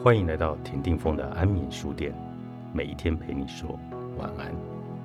欢迎来到田定峰的安眠书店，每一天陪你说晚安。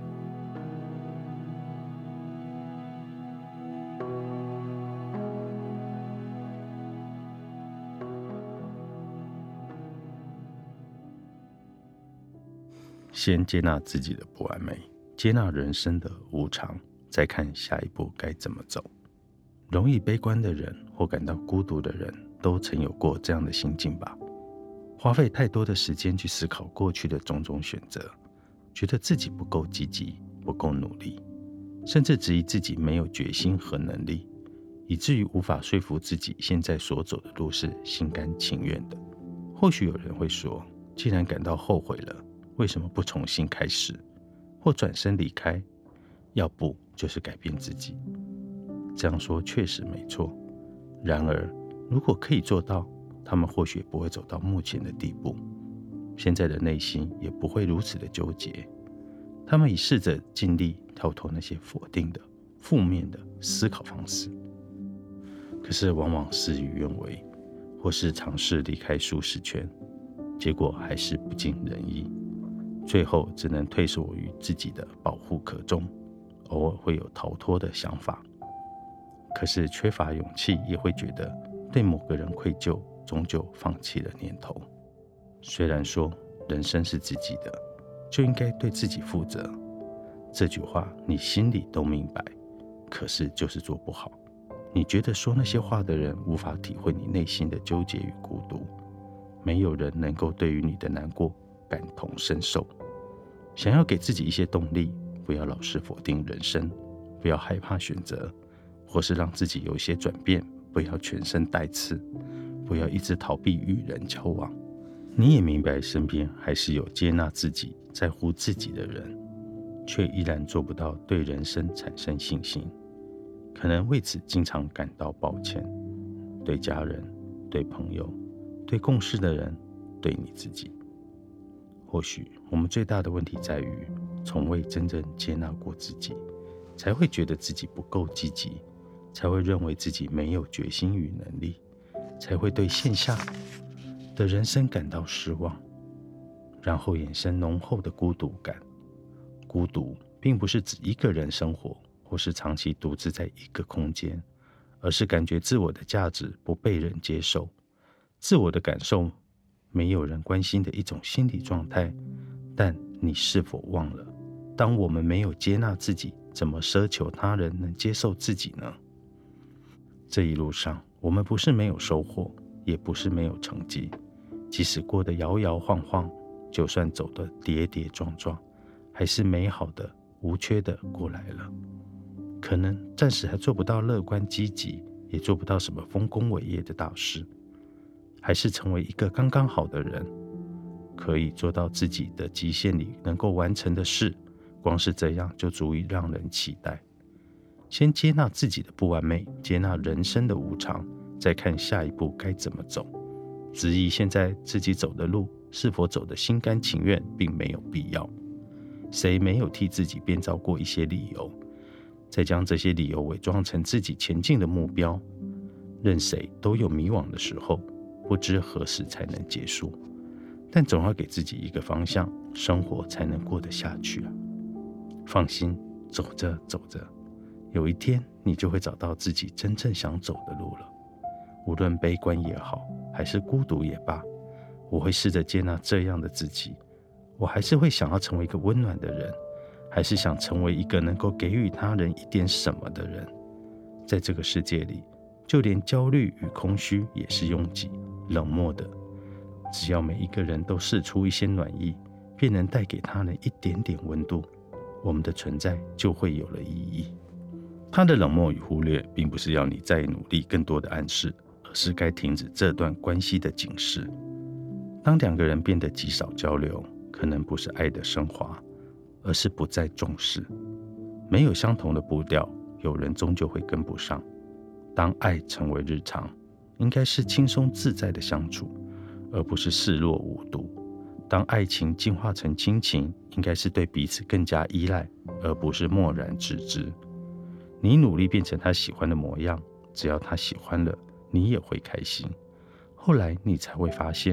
先接纳自己的不完美，接纳人生的无常，再看下一步该怎么走。容易悲观的人或感到孤独的人都曾有过这样的心境吧。花费太多的时间去思考过去的种种选择，觉得自己不够积极，不够努力，甚至质疑自己没有决心和能力，以至于无法说服自己现在所走的路是心甘情愿的。或许有人会说，既然感到后悔了，为什么不重新开始，或转身离开？要不就是改变自己。这样说确实没错，然而如果可以做到，他们或许不会走到目前的地步，现在的内心也不会如此的纠结。他们已试着尽力跳脱那些否定的、负面的思考方式，可是往往事与愿违，或是尝试离开舒适圈，结果还是不尽人意，最后只能退缩于自己的保护壳中，偶尔会有逃脱的想法。可是缺乏勇气，也会觉得对某个人愧疚，终究放弃了念头。虽然说人生是自己的，就应该对自己负责，这句话你心里都明白，可是就是做不好。你觉得说那些话的人无法体会你内心的纠结与孤独，没有人能够对于你的难过感同身受。想要给自己一些动力，不要老是否定人生，不要害怕选择，或是让自己有一些转变，不要全身带刺，不要一直逃避与人交往。你也明白身边还是有接纳自己、在乎自己的人，却依然做不到对人生产生信心，可能为此经常感到抱歉，对家人、对朋友、对共事的人、对你自己。或许我们最大的问题在于，从未真正接纳过自己，才会觉得自己不够积极，才会认为自己没有决心与能力，才会对线下的人生感到失望，然后衍生浓厚的孤独感。孤独并不是指一个人生活，或是长期独自在一个空间，而是感觉自我的价值不被人接受，自我的感受没有人关心的一种心理状态。但你是否忘了，当我们没有接纳自己，怎么奢求他人能接受自己呢？这一路上，我们不是没有收获，也不是没有成绩，即使过得摇摇晃晃，就算走得跌跌撞撞，还是美好的、无缺的过来了。可能暂时还做不到乐观积极，也做不到什么丰功伟业的大事，还是成为一个刚刚好的人，可以做到自己的极限里能够完成的事，光是这样就足以让人期待。先接纳自己的不完美，接纳人生的无常，再看下一步该怎么走。质疑现在自己走的路是否走得心甘情愿，并没有必要。谁没有替自己编造过一些理由，再将这些理由伪装成自己前进的目标？任谁都有迷惘的时候，不知何时才能结束，但总要给自己一个方向，生活才能过得下去啊。放心，走着走着，有一天你就会找到自己真正想走的路了。无论悲观也好，还是孤独也罢，我会试着接纳这样的自己。我还是会想要成为一个温暖的人，还是想成为一个能够给予他人一点什么的人。在这个世界里，就连焦虑与空虚也是拥挤、冷漠的。只要每一个人都释出一些暖意，便能带给他人一点点温度，我们的存在就会有了意义。他的冷漠与忽略，并不是要你再努力更多的暗示，而是该停止这段关系的警示。当两个人变得极少交流，可能不是爱的升华，而是不再重视。没有相同的步调，有人终究会跟不上。当爱成为日常，应该是轻松自在的相处，而不是视若无睹。当爱情进化成亲情，应该是对彼此更加依赖，而不是漠然置之。你努力变成他喜欢的模样，只要他喜欢了，你也会开心。后来你才会发现，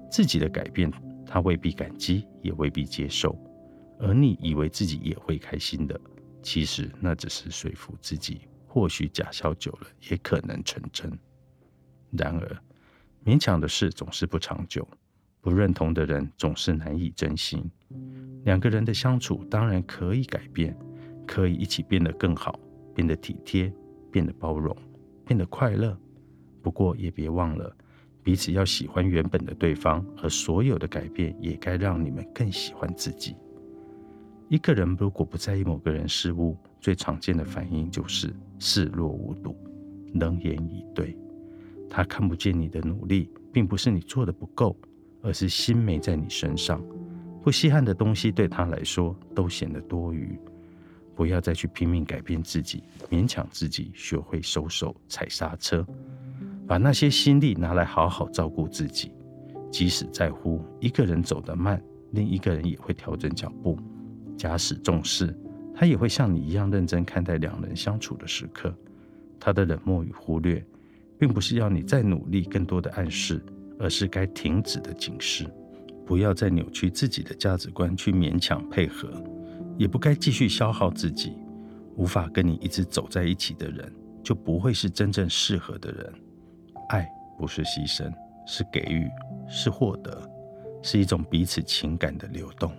自己的改变，他未必感激，也未必接受，而你以为自己也会开心的，其实那只是说服自己，或许假笑久了也可能成真。然而，勉强的事总是不长久，不认同的人总是难以真心。两个人的相处当然可以改变，可以一起变得更好，变得体贴，变得包容，变得快乐。不过也别忘了，彼此要喜欢原本的对方，而所有的改变也该让你们更喜欢自己。一个人如果不在意某个人事物，最常见的反应就是视若无睹，冷眼以对。他看不见你的努力，并不是你做的不够，而是心没在你身上。不稀罕的东西对他来说都显得多余。不要再去拼命改变自己，勉强自己，学会收手，踩刹车，把那些心力拿来好好照顾自己。即使在乎一个人走得慢，另一个人也会调整脚步。假使重视，他也会像你一样认真看待两人相处的时刻。他的冷漠与忽略，并不是要你再努力更多的暗示，而是该停止的警示。不要再扭曲自己的价值观去勉强配合，也不该继续消耗自己。无法跟你一直走在一起的人，就不会是真正适合的人。爱不是牺牲，是给予，是获得，是一种彼此情感的流动。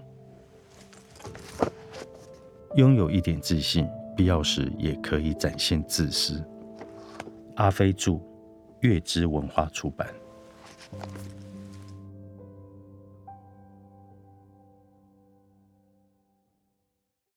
拥有一点自信，必要时也可以展现自私。阿飞著，月之文化出版。